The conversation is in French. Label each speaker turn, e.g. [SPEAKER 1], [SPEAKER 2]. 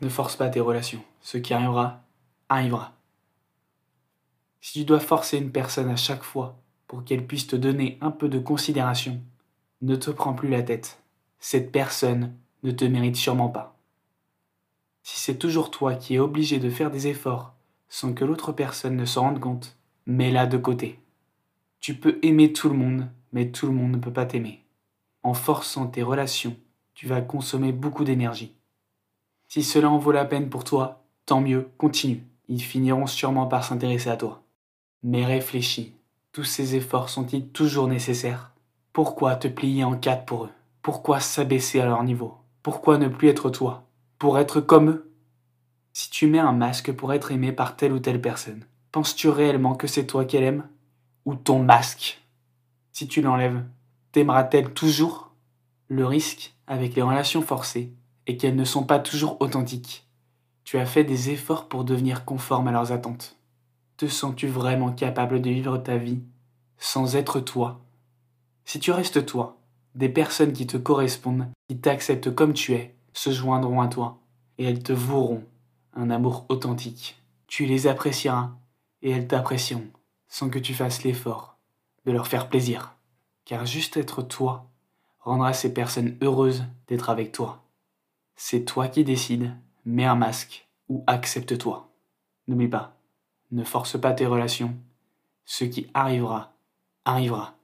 [SPEAKER 1] Ne force pas tes relations. Ce qui arrivera, arrivera. Si tu dois forcer une personne à chaque fois pour qu'elle puisse te donner un peu de considération, ne te prends plus la tête. Cette personne ne te mérite sûrement pas. Si c'est toujours toi qui es obligé de faire des efforts sans que l'autre personne ne s'en rende compte, mets-la de côté. Tu peux aimer tout le monde, mais tout le monde ne peut pas t'aimer. En forçant tes relations, tu vas consommer beaucoup d'énergie. Si cela en vaut la peine pour toi, tant mieux, continue. Ils finiront sûrement par s'intéresser à toi. Mais réfléchis, tous ces efforts sont-ils toujours nécessaires? Pourquoi te plier en quatre pour eux? Pourquoi s'abaisser à leur niveau? Pourquoi ne plus être toi? Pour être comme eux? Si tu mets un masque pour être aimé par telle ou telle personne, penses-tu réellement que c'est toi qu'elle aime? Ou ton masque? Si tu l'enlèves, t'aimera-t-elle toujours? Le risque avec les relations forcées est qu'elles ne sont pas toujours authentiques. Tu as fait des efforts pour devenir conforme à leurs attentes. Te sens-tu vraiment capable de vivre ta vie sans être toi? Si tu restes toi, des personnes qui te correspondent, qui t'acceptent comme tu es, se joindront à toi et elles te voueront un amour authentique. Tu les apprécieras et elles t'apprécieront sans que tu fasses l'effort de leur faire plaisir. Car juste être toi rendra ces personnes heureuses d'être avec toi. C'est toi qui décides, mets un masque ou accepte-toi. N'oublie pas, ne force pas tes relations. Ce qui arrivera, arrivera.